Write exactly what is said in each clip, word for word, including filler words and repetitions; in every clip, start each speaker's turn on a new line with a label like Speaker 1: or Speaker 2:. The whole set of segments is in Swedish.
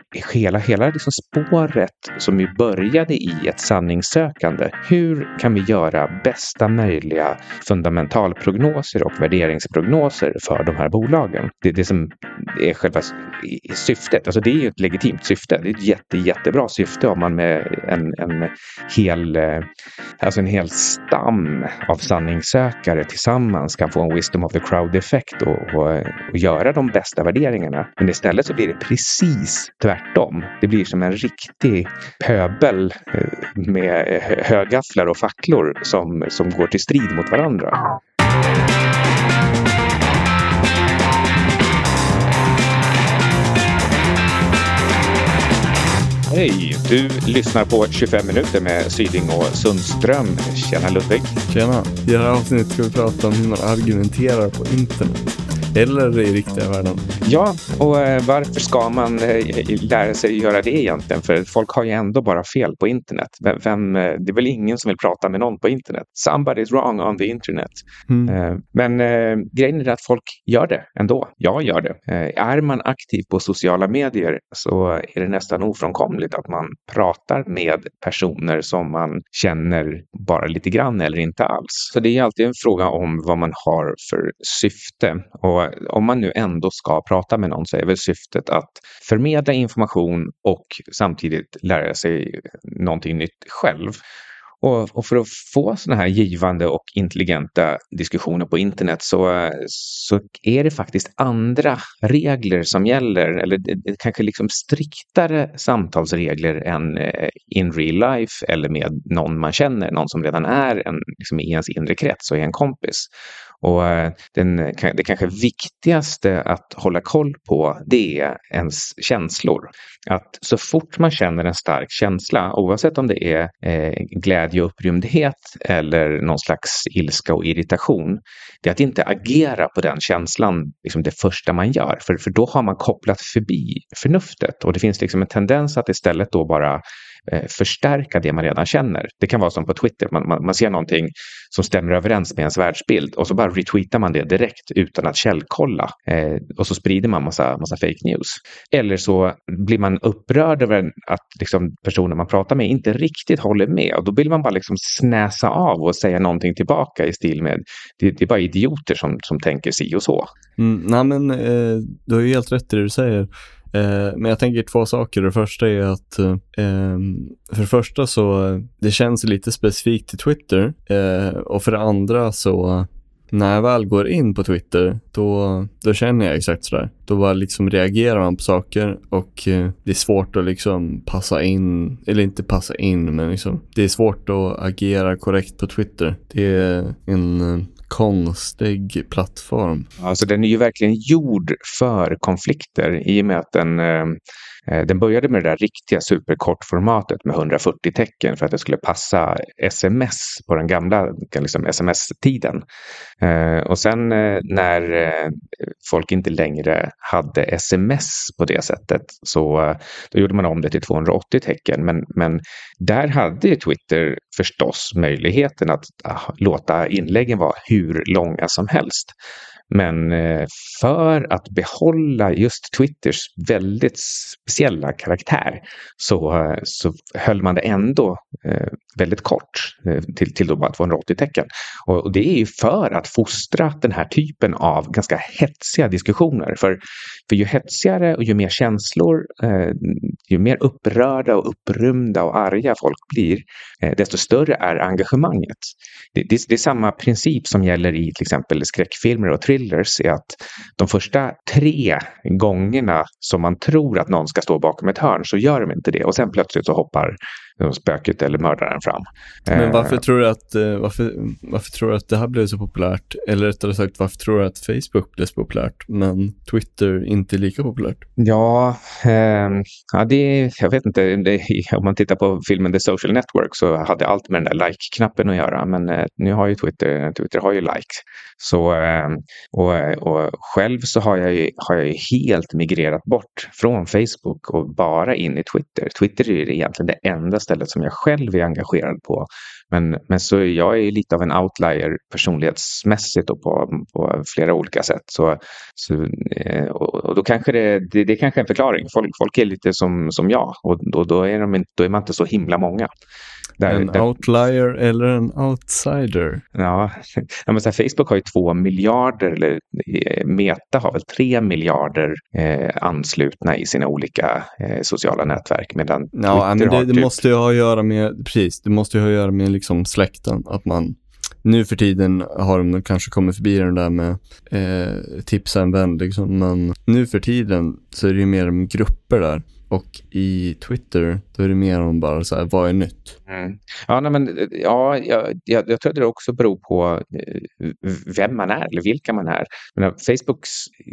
Speaker 1: hela, hela liksom spåret som ju började i ett sanningssökande. Hur kan vi göra bästa möjliga fundamentalprognoser och värderingsprognoser för de här bolagen? Det är det som är själva syftet. Alltså det är ju ett legitimt syfte. Det är ett jätte, jättebra syfte om man med en, en hel alltså en hel stam av sanningssökare tillsammans kan få en wisdom of the crowd effekt och, och, och göra de bästa värderingarna. Men istället så blir det precis tvärtom. Det blir som en riktig pöbel med högafflar och facklor som, som går till strid mot varandra. Hej, du lyssnar på tjugofem minuter med Syding och Sundström. Tjena Ludvig.
Speaker 2: Tjena. I det här avsnittet ska vi prata om hur man argumenterar på internet. Eller i riktiga världen.
Speaker 1: Ja, och varför ska man lära sig göra det egentligen? För folk har ju ändå bara fel på internet. Vem, det är väl ingen som vill prata med någon på internet. Somebody's wrong on the internet. Mm. Men äh, grejen är att folk gör det ändå. Jag gör det. Äh, är man aktiv på sociala medier så är det nästan ofrånkomligt att man pratar med personer som man känner bara lite grann eller inte alls. Så det är alltid en fråga om vad man har för syfte. Och om man nu ändå ska prata med någon så är väl syftet att förmedla information och samtidigt lära sig någonting nytt själv. Och, och för att få såna här givande och intelligenta diskussioner på internet så, så är det faktiskt andra regler som gäller, eller kanske liksom striktare samtalsregler än in real life eller med någon man känner, någon som redan är en, liksom i ens inre krets och är en kompis. Och den, det kanske viktigaste att hålla koll på, det är ens känslor. Att så fort man känner en stark känsla, oavsett om det är eh, glädje och upprymdhet eller någon slags ilska och irritation, det är att inte agera på den känslan liksom det första man gör. För, för då har man kopplat förbi förnuftet och det finns liksom en tendens att istället då bara förstärka det man redan känner. Det kan vara som på Twitter. Man, man, man ser någonting som stämmer överens med ens världsbild och så bara retweetar man det direkt utan att källkolla. Eh, och så sprider man massa, massa fake news. Eller så blir man upprörd över att liksom, personer man pratar med inte riktigt håller med. Och då vill man bara liksom snäsa av och säga någonting tillbaka i stil med det, det är bara idioter som, som tänker si och så.
Speaker 2: Mm, nej men eh, du har ju helt rätt i det du säger. Eh, men jag tänker två saker. Det första är att eh, för det första så det känns lite specifikt till Twitter eh, och för det andra så när jag väl går in på Twitter då, då känner jag exakt sådär. Då bara liksom reagerar man på saker och eh, det är svårt att liksom passa in, eller inte passa in men liksom det är svårt att agera korrekt på Twitter. Det är en konstig plattform.
Speaker 1: Alltså den är ju verkligen gjord för konflikter i och med att den, eh, den började med det där riktiga superkortformatet med hundrafyrtio tecken för att det skulle passa sms på den gamla liksom sms-tiden. Eh, och sen eh, när eh, folk inte längre hade sms på det sättet så eh, då gjorde man om det till tvåhundraåttio tecken. Men, men där hade Twitter förstås möjligheten att ah, låta inläggen vara hur långa som helst. Men för att behålla just Twitters väldigt speciella karaktär så, så höll man det ändå väldigt kort till, till då bara tvåhundraåttio tecken. Och det är ju för att fostra den här typen av ganska hetsiga diskussioner. För, för ju hetsigare och ju mer känslor, ju mer upprörda och upprymda och arga folk blir, desto större är engagemanget. Det, det, det är samma princip som gäller i till exempel skräckfilmer och thrillers, är att de första tre gångerna som man tror att någon ska stå bakom ett hörn så gör de inte det. Och sen plötsligt så hoppar spöket eller mördaren fram.
Speaker 2: Men varför tror du att varför, varför tror du att det här blev så populärt? Eller rättare sagt, varför tror du att Facebook blev så populärt men Twitter inte är lika populärt?
Speaker 1: Ja, eh, ja det, jag vet inte. Det, om man tittar på filmen The Social Network så hade allt med den där like-knappen att göra. Men eh, nu har ju Twitter, Twitter har ju likes. Så, eh, och, och själv så har jag, ju, har jag ju helt migrerat bort från Facebook och bara in i Twitter. Twitter är egentligen det enda stället som jag själv är engagerad på. Men, men så jag är lite av en outlier personlighetsmässigt och på, på flera olika sätt. Så, så, och, och då kanske det, det, det är kanske en förklaring. Folk, folk är lite som, som jag och, och då, är de, då är man inte så himla många.
Speaker 2: Där, en där, outlier eller en outsider?
Speaker 1: Ja, men så här, Facebook har ju två miljarder, eller Meta har väl tre miljarder eh, anslutna i sina olika eh, sociala nätverk. Medan
Speaker 2: ja, men det, det typ... måste ju ha att göra med, precis, det måste ju ha att göra med liksom släkten. Att man, nu för tiden har de kanske kommit förbi den där med eh, tipsa en vän liksom. Men nu för tiden så är det ju mer om grupper där. Och i Twitter då är det mer om bara så här, vad är nytt?
Speaker 1: Mm. Ja, nej, men, ja jag, jag, jag tror att det också beror på vem man är eller vilka man är. Men Facebooks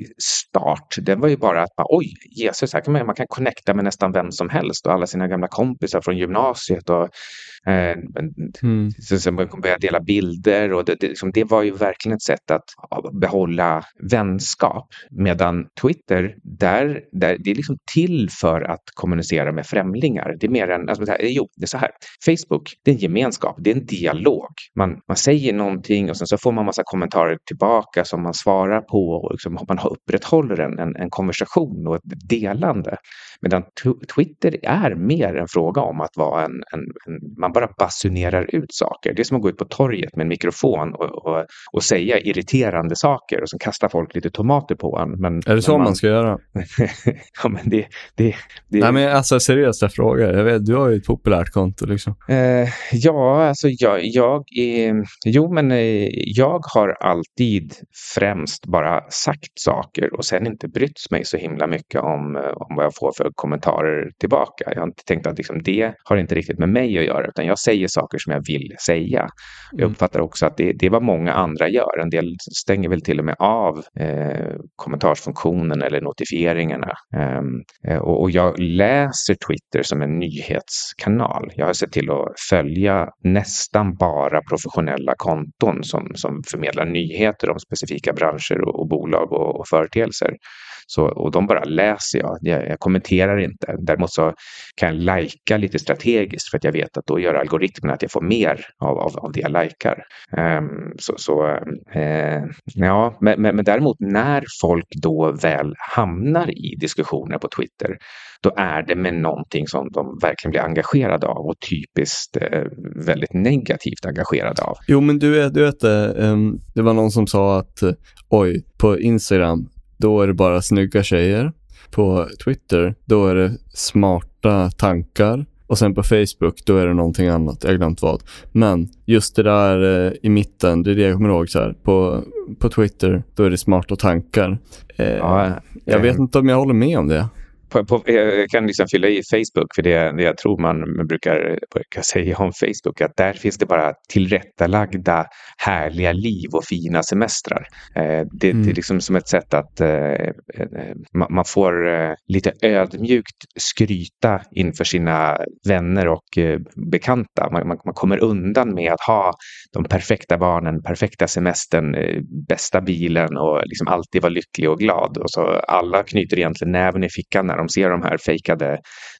Speaker 1: start, det var ju bara att man, oj, Jesus, här kan man, man kan connecta med nästan vem som helst och alla sina gamla kompisar från gymnasiet och eh, mm. så, så man kan börja dela bilder och det, det, liksom, det var ju verkligen ett sätt att behålla vänskap. Medan Twitter, där, där det är liksom till för att kommunicera med främlingar. Det är mer än, alltså, jo, det är så här. Facebook, det är en gemenskap, det är en dialog. Man, man säger någonting och sen så får man massa kommentarer tillbaka som man svarar på och liksom, man upprätthåller en, en, en konversation och ett delande. Medan t- Twitter är mer en fråga om att vara en, en, en, man bara basunerar ut saker. Det är som att gå ut på torget med en mikrofon och, och, och säga irriterande saker och sen kastar folk lite tomater på en. Men,
Speaker 2: är det så man, man ska göra?
Speaker 1: Ja, men det, det, det...
Speaker 2: Nej, men alltså seriösa frågor. Jag vet, du har ju ett populärt konto liksom.
Speaker 1: Eh, ja, alltså jag, jag är, jo men eh, jag har alltid främst bara sagt saker och sen inte brytt mig så himla mycket om, om vad jag får för kommentarer tillbaka. Jag har inte tänkt att liksom, det har inte riktigt med mig att göra utan jag säger saker som jag vill säga. Mm. Jag uppfattar också att det, det är vad många andra gör. En del stänger väl till och med av eh, kommentarsfunktionen eller notifieringarna. Eh, och, och jag läser Twitter som en nyhetskanal. Jag har sett till att följa nästan bara professionella konton som, som förmedlar nyheter om specifika branscher och, och bolag och, och företeelser. Så, och de bara läser jag. jag. Jag kommenterar inte. Däremot så kan jag lajka lite strategiskt för att jag vet att då gör algoritmen att jag får mer av, av, av det jag lajkar. Um, så, så uh, ja, men, men, men däremot när folk då väl hamnar i diskussioner på Twitter, då är det med någonting som de verkligen blir engagerade av och typiskt uh, väldigt negativt engagerade av.
Speaker 2: Jo, men du vet, du vet um, det var någon som sa att uh, oj, på Instagram då är det bara snygga tjejer. På Twitter, då är det smarta tankar. Och sen på Facebook, då är det någonting annat. Jag har glömt vad. Men just det där eh, i mitten, det är det jag kommer ihåg så här. På, på Twitter, då är det smarta tankar. Eh, ja, jag vet inte om jag håller med om det.
Speaker 1: På, på, jag kan liksom fylla i Facebook för det, det jag tror man brukar, brukar säga om Facebook, att där finns det bara tillrättalagda härliga liv och fina semestrar. Eh, det, mm. det är liksom som ett sätt att eh, man, man får eh, lite ödmjukt skryta inför sina vänner och eh, bekanta. Man, man, man kommer undan med att ha de perfekta barnen, perfekta semestern, eh, bästa bilen och liksom alltid vara lycklig och glad. Och så alla knyter egentligen näven i fickan när de ser de här fejkade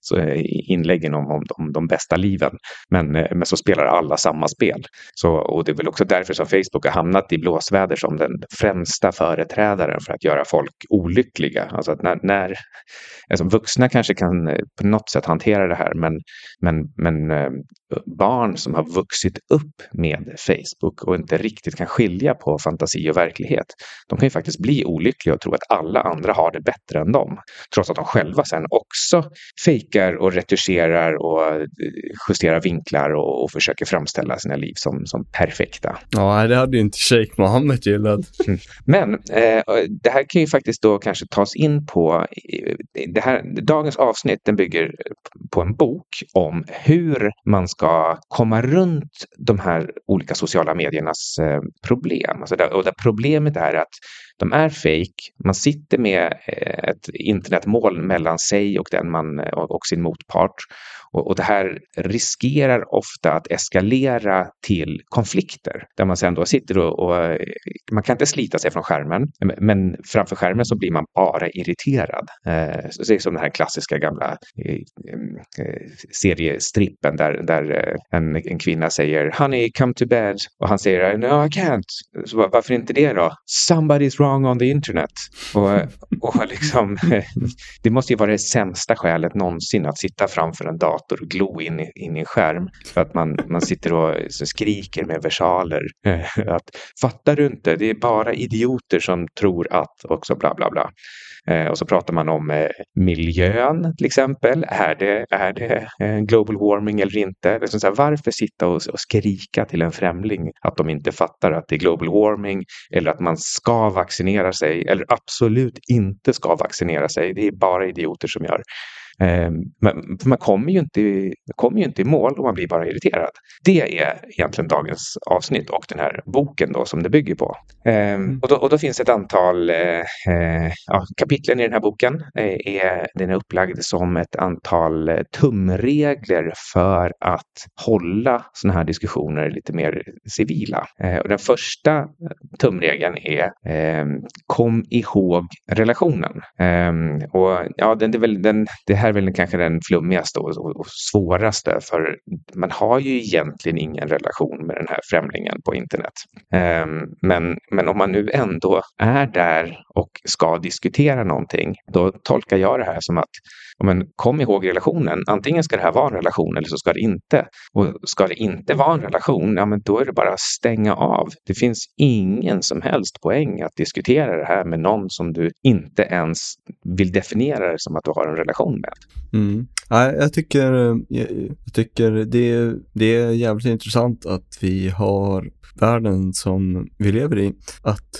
Speaker 1: inläggen om, om, om de bästa liven. Men, men så spelar alla samma spel. Så, och det är väl också därför som Facebook har hamnat i blåsväder som den främsta företrädaren för att göra folk olyckliga. Alltså att när, när alltså vuxna kanske kan på något sätt hantera det här, men, men, men barn som har vuxit upp med Facebook och inte riktigt kan skilja på fantasi och verklighet, de kan ju faktiskt bli olyckliga och tro att alla andra har det bättre än dem. Trots att de själva sen också fejkar och retuscherar och justerar vinklar och, och försöker framställa sina liv som, som perfekta.
Speaker 2: Ja, det hade ju inte Sheikh Mohammed gillat.
Speaker 1: Mm. Men eh, det här kan ju faktiskt då kanske tas in på det här, dagens avsnitt, den bygger på en bok om hur man ska komma runt de här olika sociala mediernas eh, problem. Alltså där, och där problemet är att de är fake. Man sitter med ett internetmoln mellan sig och den man och sin motpart. Och, och det här riskerar ofta att eskalera till konflikter där man sen då sitter och, och man kan inte slita sig från skärmen, men framför skärmen så blir man bara irriterad. Eh, så det är som den här klassiska gamla eh, eh, seriestrippen där, där en, en kvinna säger honey come to bed och han säger no I can't. Så varför inte det då? Somebody's wrong on the internet. Och, och liksom det måste ju vara det sämsta skälet någonsin att sitta framför en dator och glo in i, in i en skärm för att man, man sitter och så skriker med versaler att fattar du inte, det är bara idioter som tror att och så bla bla bla. Eh, och så pratar man om eh, miljön till exempel. Är det, är det eh, global warming eller inte? Det är så här, varför sitta och, och skrika till en främling att de inte fattar att det är global warming eller att man ska vaccinera sig eller absolut inte ska vaccinera sig. Det är bara idioter som gör. Eh, man, man kommer ju inte, kommer ju inte i mål och man blir bara irriterad. Det är egentligen dagens avsnitt och den här boken då som det bygger på. Eh, mm. och, då, och då finns ett antal eh, ja, kapitlen i den här boken. Eh, är, den är upplagd som ett antal tumregler för att hålla såna här diskussioner lite mer civila. Eh, och den första tumregeln är eh, kom ihåg relationen. Eh, och ja, den, det är väl den det här är väl kanske den flummigaste och, och svåraste, för man har ju egentligen ingen relation med den här främlingen på internet. Um, men, men om man nu ändå är där och ska diskutera någonting, då tolkar jag det här som att om man kom ihåg relationen, antingen ska det här vara en relation eller så ska det inte. Och ska det inte vara en relation, ja men då är det bara att stänga av. Det finns ingen som helst poäng att diskutera det här med någon som du inte ens vill definiera det som att du har en relation med.
Speaker 2: Mm. Ja, jag tycker, jag, jag tycker det, det är jävligt intressant att vi har världen som vi lever i. Att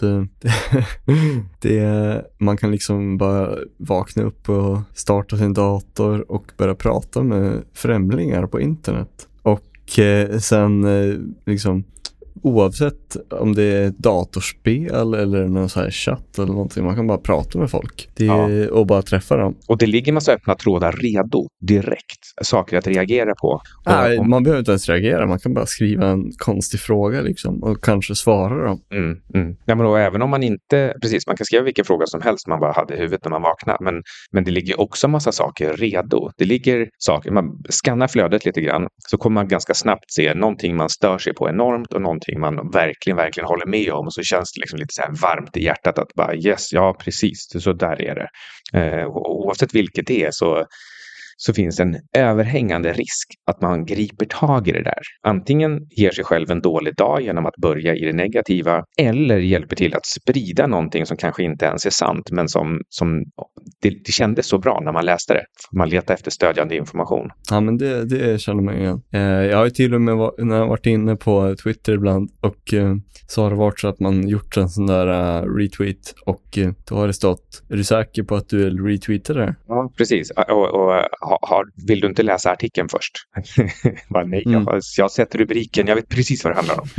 Speaker 2: det, man kan liksom bara vakna upp och starta sin dator och börja prata med främlingar på internet. Och eh, sen eh, liksom oavsett om det är ett datorspel eller någon så här chatt eller någonting, man kan bara prata med folk det är, ja. Och bara träffa dem.
Speaker 1: Och det ligger massa öppna trådar redo direkt, saker att reagera på.
Speaker 2: Nej,
Speaker 1: och,
Speaker 2: man behöver inte ens reagera, man kan bara skriva en konstig fråga liksom och kanske svara dem.
Speaker 1: Mm, mm. Ja, men då, även om man inte, precis, man kan skriva vilken fråga som helst man bara hade i huvudet när man vaknar, men, men det ligger också massa saker redo. Det ligger saker, man skannar flödet lite grann så kommer man ganska snabbt se någonting man stör sig på enormt och någonting man verkligen, verkligen håller med om, och så känns det liksom lite så här varmt i hjärtat att bara yes, ja precis, så där är det. Eh, och oavsett vilket det är så så finns en överhängande risk att man griper tag i det där. Antingen ger sig själv en dålig dag genom att börja i det negativa, eller hjälper till att sprida någonting som kanske inte ens är sant, men som, som det, det kändes så bra när man läste det. Man letar efter stödjande information.
Speaker 2: Ja, men det, det känner man igen. Eh, jag har ju till och med var, när jag varit inne på Twitter ibland och eh, så har det varit så att man gjort en sån där uh, retweet och eh, då har det stått, är du säker på att du vill retweeta det?
Speaker 1: Ja, precis. Och, och Har, vill du inte läsa artikeln först? Bara, nej, mm. jag, har, jag har sett rubriken, jag vet precis vad det handlar om.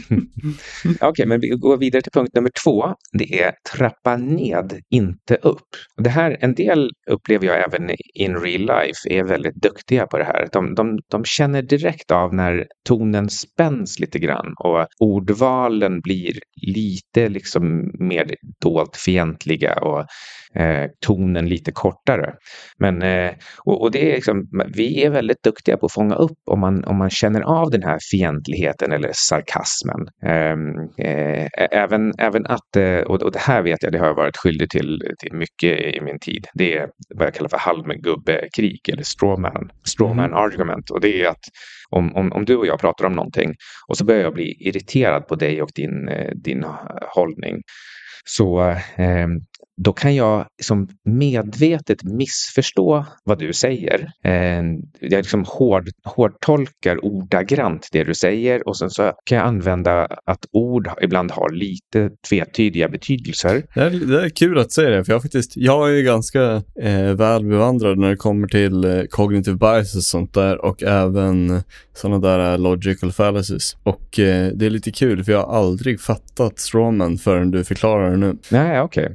Speaker 1: Okej, okay, men vi går vidare till punkt nummer två. Det är trappa ned, inte upp. Det här, en del upplever jag även in real life är väldigt duktiga på det här. De, de, de känner direkt av när tonen spänns lite grann och ordvalen blir lite liksom mer dolt fientliga och eh, tonen lite kortare. Men eh, och, och det är liksom, vi är väldigt duktiga på att fånga upp om man, om man känner av den här fientligheten eller sarkasmen. Eh, eh, även, även att, eh, och, och det här vet jag, det har jag varit skyldig till, till mycket i min tid. Det är vad jag kallar för halmgubbekrig eller strawman, strawman mm. argument. Och det är att om, om, om du och jag pratar om någonting och så börjar jag bli irriterad på dig och din, din hållning, så eh, då kan jag som medvetet missförstå vad du säger. Eh, jag liksom hård, hårdtolkar ordagrant det du säger, och sen så kan jag använda att ord ibland har lite tvetydiga betydelser.
Speaker 2: Det är, det är kul att säga det, för jag faktiskt, jag är ganska eh, väl bevandrad när det kommer till eh, cognitive biases och sånt där, och även sådana där uh, logical fallacies. Och eh, det är lite kul, för jag har aldrig fattat strawman förrän du förklarar det nu.
Speaker 1: Nej, okej. Okay. Ja. Ja,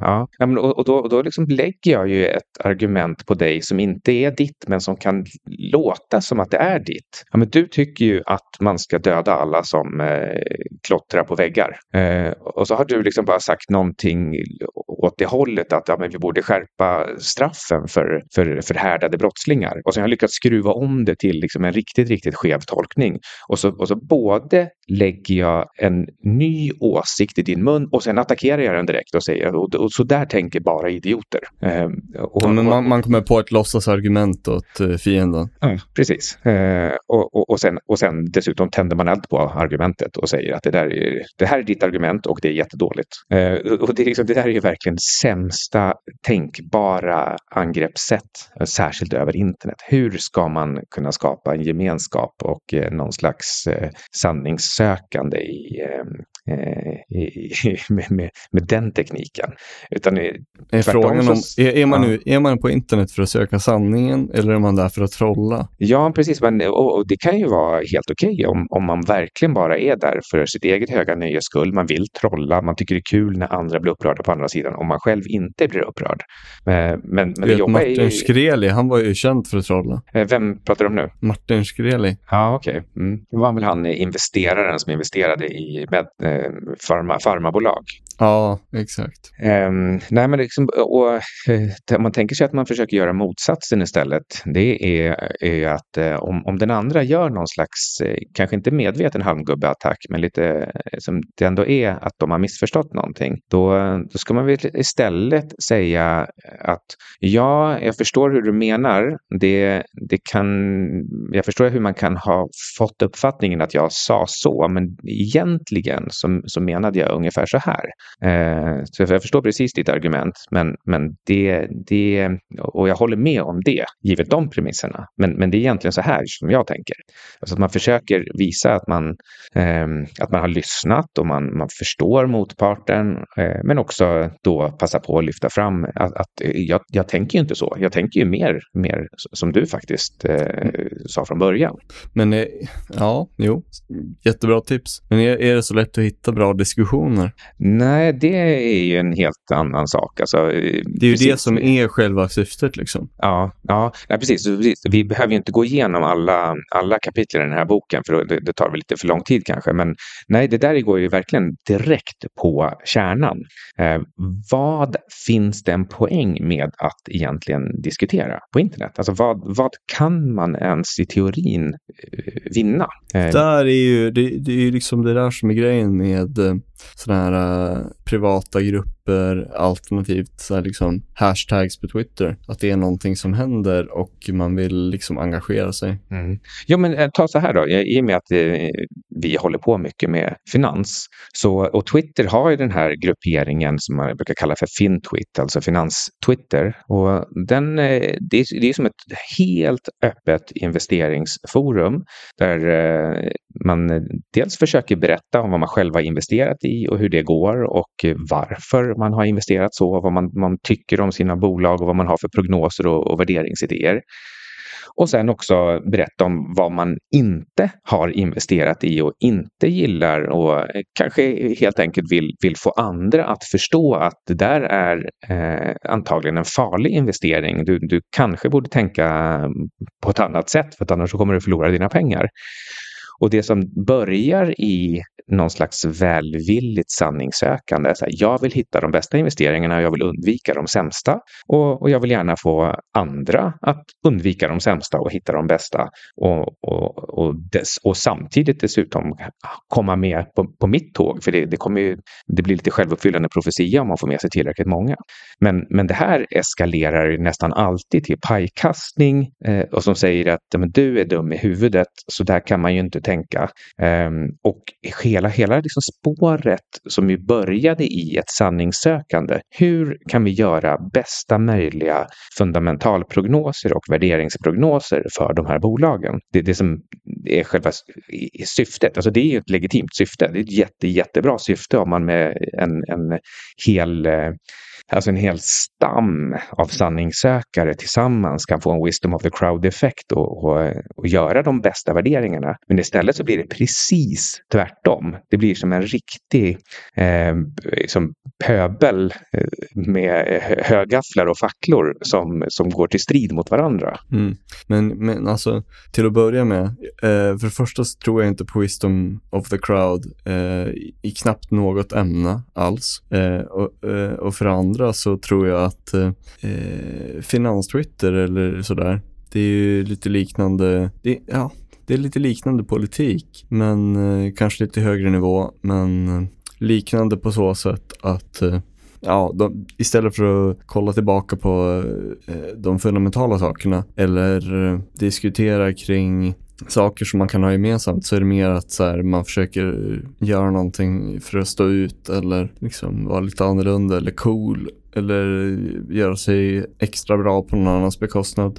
Speaker 1: men, och, och då, och då liksom lägger jag ju ett argument på dig som inte är ditt men som kan låta som att det är ditt. Ja, men du tycker ju att man ska döda alla som eh, klottrar på väggar. Eh, och så har du liksom bara sagt någonting åt det hållet att ja, men vi borde skärpa straffen för, för förhärdade brottslingar. Och så har jag lyckats skruva om det till liksom en riktigt, riktigt skev tolkning. Och så, och så både lägger jag en ny åsikt i din mun och sen attackerar jag den direkt och säger och, och så där tänker bara idioter. Eh, och,
Speaker 2: ja, men man, man kommer på ett låtsasargument åt eh, fienden.
Speaker 1: Ja, precis. Eh, och, och, och, sen, och sen dessutom tänder man eld på argumentet och säger att det, där är, det här är ditt argument och det är jättedåligt. Eh, och det, är liksom, det där är ju verkligen sämsta tänkbara angreppssätt, särskilt över internet. Hur ska man kunna skapa en gemenskap och eh, någon slags eh, sanningssökande i, eh, i, med, med, med den tekniken? Utan är,
Speaker 2: är, frågan
Speaker 1: så,
Speaker 2: om, är, är, man
Speaker 1: ja.
Speaker 2: nu, är man på internet för att söka sanningen eller är man där för att trolla?
Speaker 1: Ja, precis. Men, och, och det kan ju vara helt okej om, om man verkligen bara är där för sitt eget höga nöjes skull. Man vill trolla, man tycker det är kul när andra blir upprörda på andra sidan om man själv inte blir upprörd. Men, men, men det
Speaker 2: vet, Martin
Speaker 1: är ju...
Speaker 2: Shkreli, han var ju känd för att trolla.
Speaker 1: Vem pratar du om nu?
Speaker 2: Martin Shkreli.
Speaker 1: Ja, okej. Okay. Mm. Det var väl han investeraren som investerade i med, eh, farma, farmabolag.
Speaker 2: Ja, exakt.
Speaker 1: Um, nej, men liksom, och, uh, man tänker sig att man försöker göra motsatsen istället. Det är, är att uh, om, om den andra gör någon slags, uh, kanske inte medveten halmgubbeattack, men lite uh, som det ändå är att de har missförstått någonting. Då, då ska man väl istället säga att ja, jag förstår hur du menar. Det, det kan, jag förstår hur man kan ha fått uppfattningen att jag sa så, men egentligen så, så menade jag ungefär så här. Eh, så jag förstår precis ditt argument, men, men det, det, och jag håller med om det, givet de premisserna. Men, men det är egentligen så här som jag tänker. Alltså att man försöker visa att man, eh, att man har lyssnat och man, man förstår motparten, eh, men också då passa på att lyfta fram att, att jag, jag tänker ju inte så. Jag tänker ju mer, mer som du faktiskt eh, sa från början.
Speaker 2: Men eh, ja, jo, jättebra tips. Men är, är det så lätt att hitta bra diskussioner?
Speaker 1: Nej, det är ju en helt annan sak. Alltså,
Speaker 2: det är ju precis det som är själva syftet liksom.
Speaker 1: Ja, ja nej, precis. Vi behöver ju inte gå igenom alla, alla kapitel i den här boken för det, det tar väl lite för lång tid kanske. Men nej, det där går ju verkligen direkt på kärnan. Eh, vad finns det en poäng med att egentligen diskutera på internet? Alltså vad, vad kan man ens i teorin eh, vinna? Eh,
Speaker 2: där är ju, det, det är ju liksom det där som är grejen med eh, sådana här uh, privata grupper, alternativt så här, liksom hashtags på Twitter, att det är någonting som händer och man vill liksom engagera sig.
Speaker 1: Mm. Jo, men ta så här då, i och med att eh, vi håller på mycket med finans, så, och Twitter har ju den här grupperingen som man brukar kalla för FinTwit, alltså finans-Twitter, och den, eh, det, är, det är som ett helt öppet investeringsforum där eh, man dels försöker berätta om vad man själv har investerat i och hur det går och varför man har investerat så, vad man, man tycker om sina bolag och vad man har för prognoser och, och värderingsidéer. Och sen också berätta om vad man inte har investerat i och inte gillar och kanske helt enkelt vill, vill få andra att förstå att det där är eh, antagligen en farlig investering. Du, du kanske borde tänka på ett annat sätt för att annars så kommer du förlora dina pengar. Och det som börjar i någon slags välvilligt sanningssökande. Så här, jag vill hitta de bästa investeringarna och jag vill undvika de sämsta. Och, och jag vill gärna få andra att undvika de sämsta och hitta de bästa. Och, och, och, dess, och samtidigt dessutom komma med på, på mitt tåg. För det, det, kommer ju, det blir lite självuppfyllande profetia om man får med sig tillräckligt många. Men, men det här eskalerar nästan alltid till pajkastning. Eh, och som säger att men du är dum i huvudet. Så där kan man ju inte tänka. Eh, och hela, hela liksom spåret som ju började i ett sanningssökande. Hur kan vi göra bästa möjliga fundamentalprognoser och värderingsprognoser för de här bolagen? Det är det som är själva syftet. Alltså det är ju ett legitimt syfte. Det är ett jätte, jättebra syfte om man med en, en hel alltså en hel stam av sanningssökare tillsammans kan få en wisdom of the crowd-effekt och, och, och göra de bästa värderingarna. Men istället så blir det precis tvärtom. Det blir som en riktig eh, som pöbel eh, med högafflar och facklor som, som går till strid mot varandra.
Speaker 2: Mm. Men, men alltså, till att börja med, eh, för det första så tror jag inte på wisdom of the crowd eh, i knappt något ämne alls. Eh, och, eh, och för det andra så tror jag att eh, finanstwitter eller sådär, det är ju lite liknande, det, ja, det är lite liknande politik, men eh, kanske lite högre nivå, men eh, liknande på så sätt att eh, ja, de, istället för att kolla tillbaka på eh, de fundamentala sakerna eller eh, diskutera kring saker som man kan ha gemensamt, så är det mer att så här, man försöker göra någonting för att stå ut eller liksom vara lite annorlunda eller cool eller göra sig extra bra på någon annans bekostnad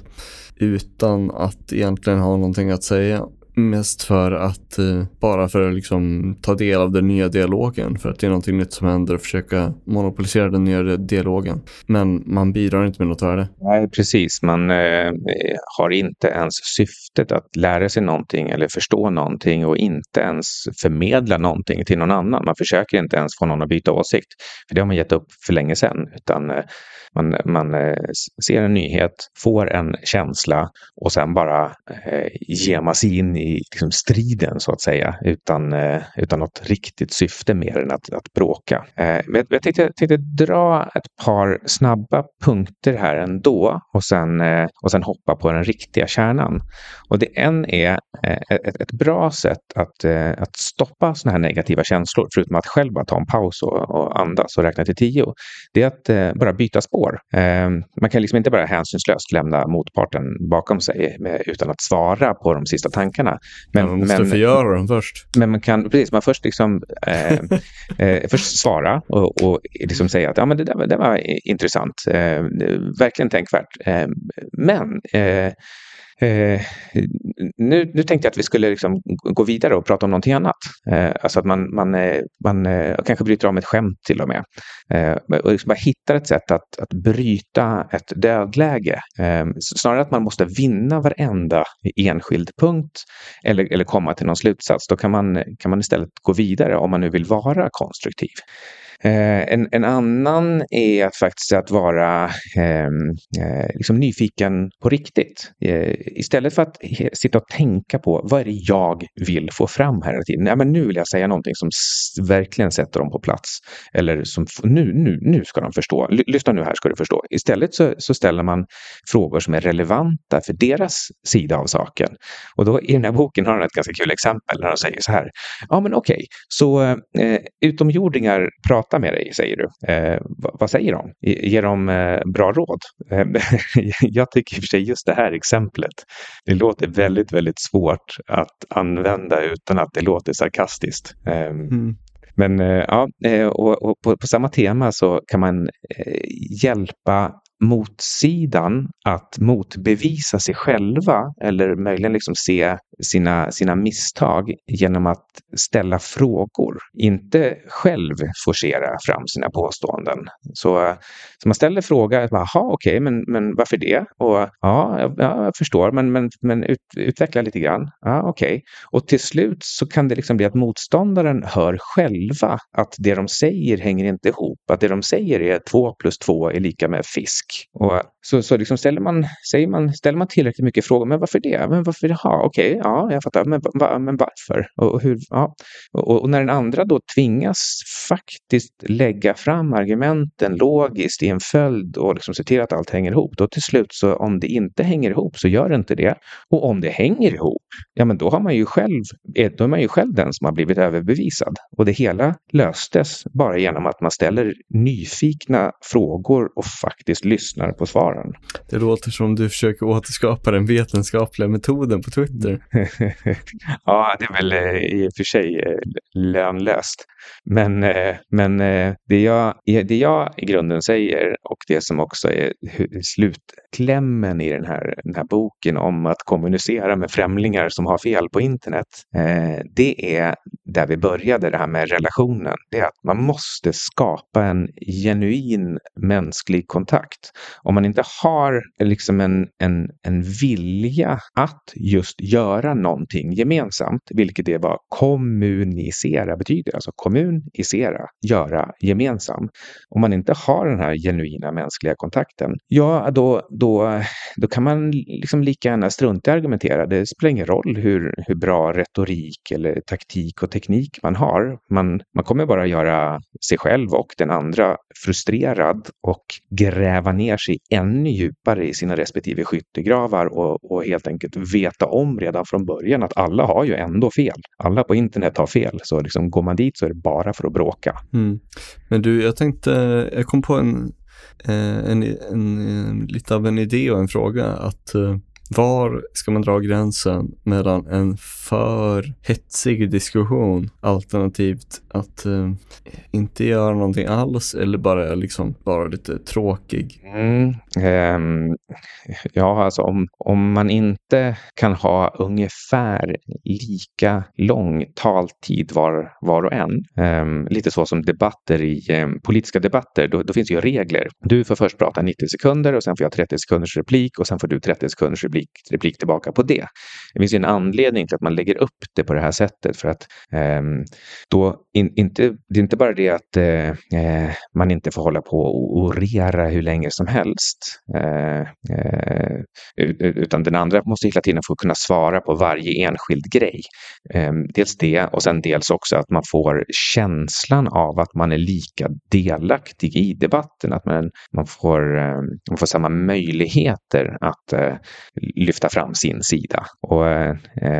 Speaker 2: utan att egentligen ha någonting att säga. Mest för att eh, bara för att liksom ta del av den nya dialogen, för att det är någonting nytt som händer och försöka monopolisera den nya dialogen. Men man bidrar inte med något värde.
Speaker 1: Nej, precis. Man eh, har inte ens syftet att lära sig någonting eller förstå någonting och inte ens förmedla någonting till någon annan. Man försöker inte ens få någon att byta åsikt, för det har man gett upp för länge sedan, utan eh, man, man eh, ser en nyhet, får en känsla och sen bara eh, ger sig in i liksom striden så att säga, utan, eh, utan något riktigt syfte mer än att, att bråka. Eh, men jag tänkte, tänkte dra ett par snabba punkter här ändå och sen, eh, och sen hoppa på den riktiga kärnan. Och det en är eh, ett, ett bra sätt att, eh, att stoppa såna här negativa känslor, förutom att själv bara ta en paus och, och andas och räkna till tio. Det är att eh, bara byta spår. Eh, man kan liksom inte bara hänsynslöst lämna motparten bakom sig med, utan att svara på de sista tankarna. Men,
Speaker 2: man måste
Speaker 1: men,
Speaker 2: förgöra dem först.
Speaker 1: Men man kan, precis, man först liksom eh, eh, först svara och, och liksom säga att ja, men det där det var intressant, eh, verkligen tänkvärt. Eh, men eh, Eh, nu, nu tänkte jag att vi skulle liksom gå vidare och prata om någonting annat. Eh, alltså att man, man, man eh, kanske bryter om ett skämt till och med. Eh, och liksom bara hittar ett sätt att, att bryta ett dödläge. Eh, snarare att man måste vinna varenda enskild punkt eller, eller komma till någon slutsats. Då kan man, kan man istället gå vidare om man nu vill vara konstruktiv. Eh, en, en annan är att faktiskt att vara eh, eh, liksom nyfiken på riktigt. Eh, istället för att he- sitta och tänka på vad är det jag vill få fram här hela tiden. Ja, men nu vill jag säga någonting som s- verkligen sätter dem på plats. Eller som f- nu, nu, nu ska de förstå. L- lyssna nu här ska du förstå. Istället så, så ställer man frågor som är relevanta för deras sida av saken. Och då i den här boken har han ett ganska kul exempel när han säger så här. Ja men okej, okay, så eh, utomjordingar pratar med dig, säger du. Eh, vad, vad säger de? Ger de eh, bra råd? Eh, jag tycker i och för sig just det här exemplet, det låter väldigt, väldigt svårt att använda utan att det låter sarkastiskt. Eh, mm. Men eh, ja, och, och på, på samma tema så kan man eh, hjälpa motsidan att motbevisa sig själva eller möjligen liksom se sina, sina misstag genom att ställa frågor. Inte själv forcera fram sina påståenden. Så, så man ställer frågan, jaha okej, okay, men, men varför det? Och ja, jag, jag förstår, men, men, men ut, utveckla lite grann. Ja, okej. Okay. Och till slut så kan det liksom bli att motståndaren hör själva att det de säger hänger inte ihop. Att det de säger är två plus två är lika med fisk. Och så, så liksom ställer man, säger man, ställer man tillräckligt mycket frågor, men varför det? Men varför det? Ja, okej, okay, ja, jag fattar, men, va, men varför? Och, hur, ja. och, och när den andra då tvingas faktiskt lägga fram argumenten logiskt i en följd och liksom se till att allt hänger ihop, då till slut så om det inte hänger ihop så gör det inte det. Och om det hänger ihop, ja men då har man ju själv, då är man ju själv den som har blivit överbevisad. Och det hela löstes bara genom att man ställer nyfikna frågor och faktiskt lyssnar på svaren.
Speaker 2: Det låter som du försöker återskapa den vetenskapliga metoden på Twitter.
Speaker 1: Ja, det är väl i och för sig lönlöst. Men, men det, jag, det jag i grunden säger och det som också är slutklämmen i den här, den här boken om att kommunicera med främlingar som har fel på internet, det är där vi började, det här med relationen. Det är att man måste skapa en genuin mänsklig kontakt. Om man inte har liksom en, en, en vilja att just göra någonting gemensamt, vilket det var kommunicera betyder, alltså kommunicera, göra gemensam. Om man inte har den här genuina mänskliga kontakten, ja då, då, då kan man liksom lika gärna strunta i argumentera. Det spelar ingen roll hur, hur bra retorik eller taktik och teknik man har. Man, man kommer bara göra sig själv och den andra frustrerad och gräva ner sig ännu djupare i sina respektive skyttegravar och, och helt enkelt veta om redan från början att alla har ju ändå fel. Alla på internet har fel. Så liksom går man dit så är det bara för att bråka.
Speaker 2: Mm. Men du, jag tänkte, jag kom på en, en, en, en lite av en idé och en fråga att var ska man dra gränsen mellan en för hetsig diskussion alternativt att uh, inte göra någonting alls eller bara liksom vara lite tråkig?
Speaker 1: Mm, um, ja, alltså om, om man inte kan ha ungefär lika lång taltid var, var och en, um, lite så som debatter i um, politiska debatter, då, då finns ju regler. Du får först prata nittio sekunder och sen får jag trettio sekunders replik och sen får du trettio sekunders replik replik tillbaka på det. Det finns ju en anledning till att man lägger upp det på det här sättet för att eh, då in, inte, det är inte bara det att eh, man inte får hålla på och orera hur länge som helst eh, eh, utan den andra måste hela tiden få kunna svara på varje enskild grej. Eh, dels det och sen dels också att man får känslan av att man är lika delaktig i debatten, att man, man, får, eh, man får samma möjligheter att eh, lyfta fram sin sida. Och eh,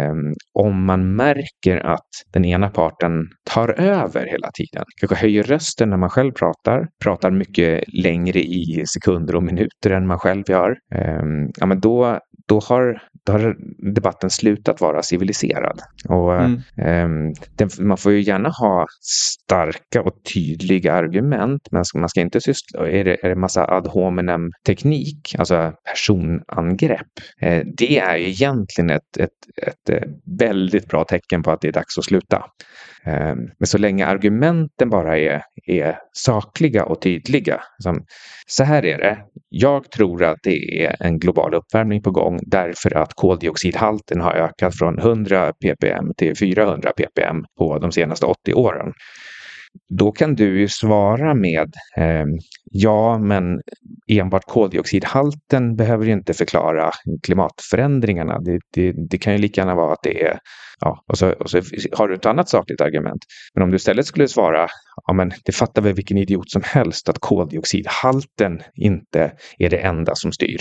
Speaker 1: om man märker att den ena parten tar över hela tiden, kanske höjer rösten när man själv pratar, pratar mycket längre i sekunder och minuter än man själv gör, eh, ja, men då, då, har, då har debatten slutat vara civiliserad. Och mm. eh, den, man får ju gärna ha starka och tydliga argument, men man ska inte syssla, är det, är det massa ad hominem teknik, alltså personangrepp, eh, det är ju egentligen ett, ett, ett väldigt bra tecken på att det är dags att sluta. Men så länge argumenten bara är, är sakliga och tydliga. Som, så här är det. Jag tror att det är en global uppvärmning på gång därför att koldioxidhalten har ökat från hundra ppm till fyrahundra ppm på de senaste åttio åren. Då kan du ju svara med eh, ja, men enbart koldioxidhalten behöver ju inte förklara klimatförändringarna. Det, det, det kan ju lika gärna vara att det är, ja, och så, och så har du ett annat sakligt argument. Men om du istället skulle svara, ja men det fattar väl vilken idiot som helst att koldioxidhalten inte är det enda som styr.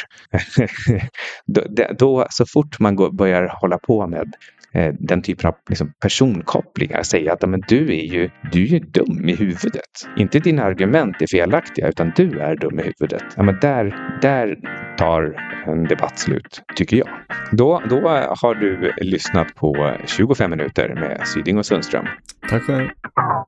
Speaker 1: då, då, så fort man går, börjar hålla på med den typen av liksom personkopplingar, säga att men du är ju du är ju dum i huvudet. Inte dina argument är felaktiga utan du är dum i huvudet. Ja, men där, där tar en debatt slut, tycker jag. Då, då har du lyssnat på tjugofem minuter med Syding och Sundström.
Speaker 2: Tack själv.